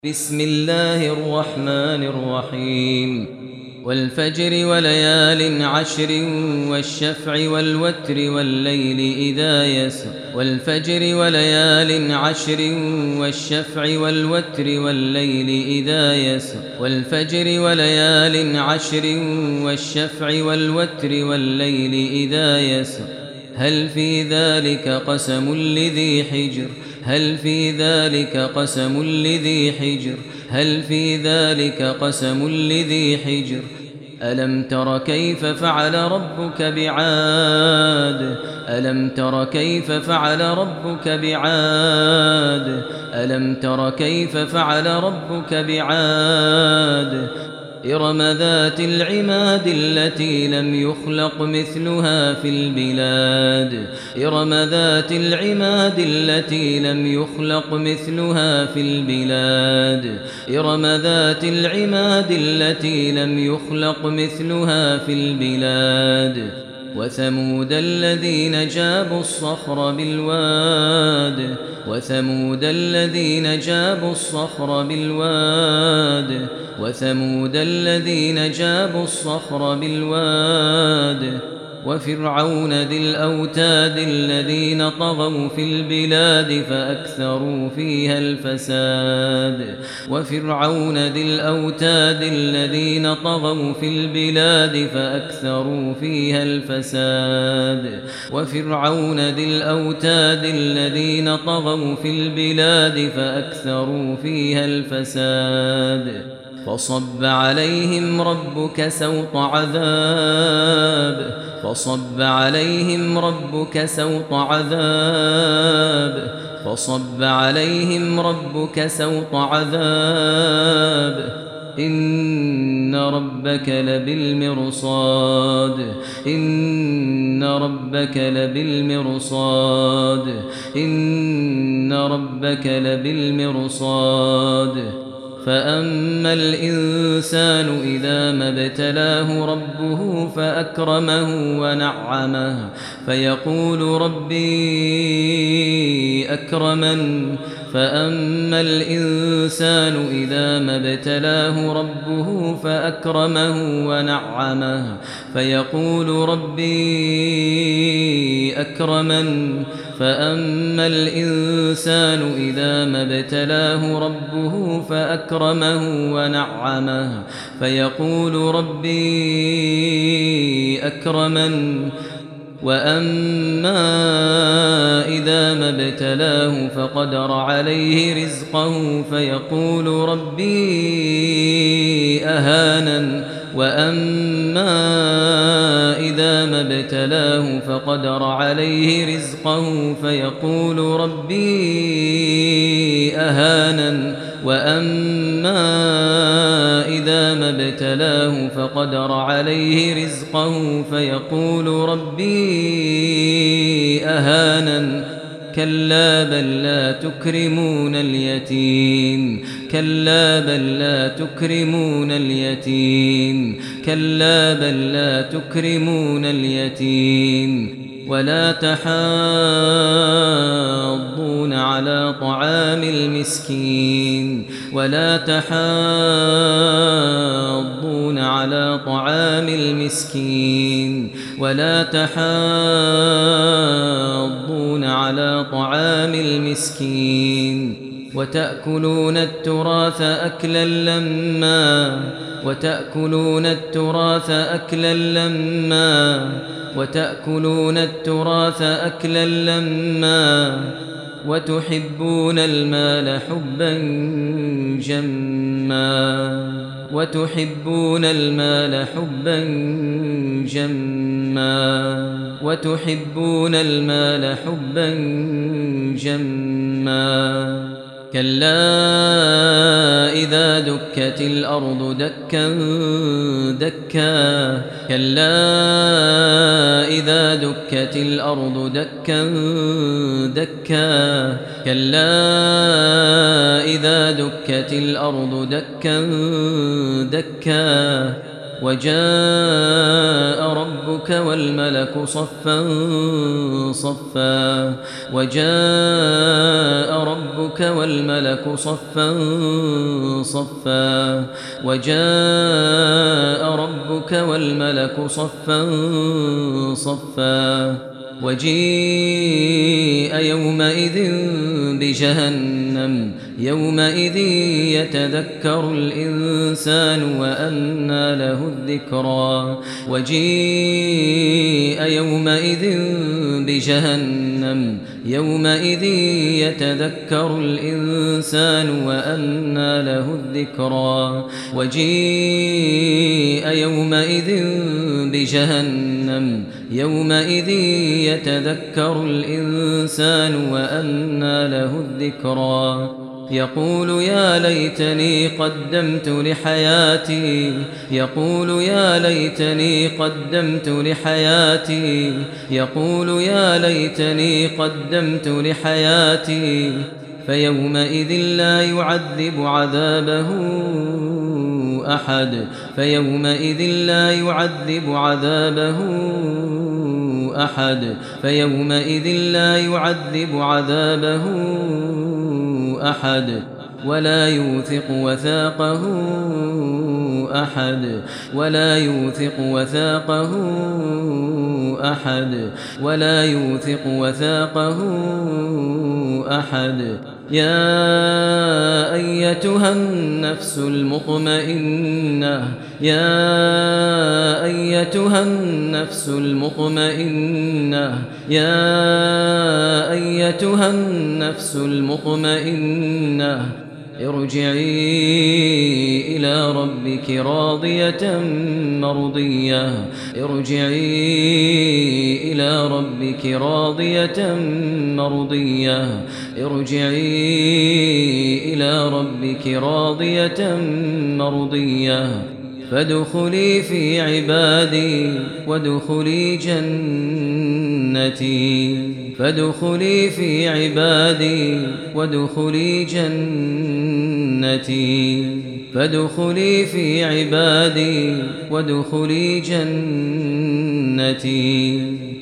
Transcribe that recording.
بسم الله الرحمن الرحيم والفجر وليال عشر والشفع والوتر والليل إذا يسر والفجر وليال عشر والشفع والوتر والليل إذا يسر والفجر وليال عشر والشفع والوتر والليل إذا يسر هل في ذلك قسم لذي حجر هل في ذلك قسم لذي حجر هل في ذلك قسم لذي حجر ألم تر كيف فعل ربك بعاد ألم تر كيف فعل ربك بعاد ألم تر كيف فعل ربك بعاد إرم ذات العماد التي لم يخلق مثلها في البلاد إرم ذات العماد التي لم يخلق مثلها في البلاد إرم ذات العماد التي لم يخلق مثلها في البلاد وثمود الذين جابوا الصخر بالواد وثمود الذين جابوا الصخر بالواد وثمود الذين جابوا الصخر بالواد وفرعون ذي الأوتاد الذين طغوا في البلاد فأكثروا فيها الفساد وفرعون ذي الأوتاد الذين طغوا في البلاد فأكثروا فيها الفساد وفرعون ذي الأوتاد الذين طغوا في البلاد فأكثروا فيها الفساد فصب عليهم ربك سوط عذاب فصب عليهم ربك سوط عذاب فصب عليهم ربك سوط عذاب إن ربك لبالمرصاد إن ربك لبالمرصاد إن ربك لبالمرصاد فأما الإنسان إذا ما ابتلاه ربه فأكرمه ونعمه فيقول ربي أكرمن فأما الإنسان إذا ما ابتلاه ربه فأكرمه ونعمه فيقول ربي أكرمن فأما الإنسان إذا ما ابتلاه ربه فأكرمه ونعمه فيقول ربي أكرمن وأما إذا ما ابتلاه فقدر عليه رزقه فيقول ربي أهانن وأما إذا ما ابتلاه فقدر عليه رزقه فيقول ربي أهانن وأما إذا ما ابتلاه فقدر عليه رزقه فيقول ربي أهانن كلا بل لا تكرمون اليتيم كلا بل لا تكرمون اليتيم كلا بل لا تكرمون اليتيم ولا تحاضون على طعام المسكين ولا تحاضون على طعام المسكين ولا تحاضون على طعام المسكين وتأكلون التراث أكلا لما وتأكلون التراث أكلا لما وتأكلون التراث أكلا لما وتحبون المال حبا جما وتحبون المال حبا جما وتحبون المال حبا جما كلا إذا دكت الأرض دكا دكا كلا إذا دكت الأرض دكا دكا كلا إذا دكت الأرض دكا دكا وجاء ربك والملك صفا صفا وجاء ربك والملك صفا صفا وجاء ربك والملك صفا صفا وجيء يومئذ بجهنم يومئذ يتذكر الإنسان وأنى له الذكرى وجيء يومئذ بجهنم يومئذ يتذكر الإنسان وأنى له الذكرى وجيء يومئذ بجهنم يومئذ يتذكر الإنسان وأنى له الذكرى يقول يا ليتني قدمت لحياتي يقول يا ليتني قدمت لحياتي يقول يا ليتني قدمت لحياتي فيومئذ لا يعذب عذابه أحد فيومئذ لا يعذب عذابه أحد فيومئذ لا يعذب عذابه أحد ولا يوثق وثاقه أحد ولا يوثق وثاقه أحد ولا يوثق وثاقه أحد يا أيتها النفس المطمئنة يا أيتها النفس المطمئنة يا أيتها النفس المطمئنة ارجعي إلى ربك راضية مرضية ارجعي إلى ربك راضية مرضية ارجعي إلى ربك راضية مرضية فادخلي في عبادي وادخلي جنتي فادخلي في عبادي وادخلي جنتي فادخلي في عبادي وادخلي جنتي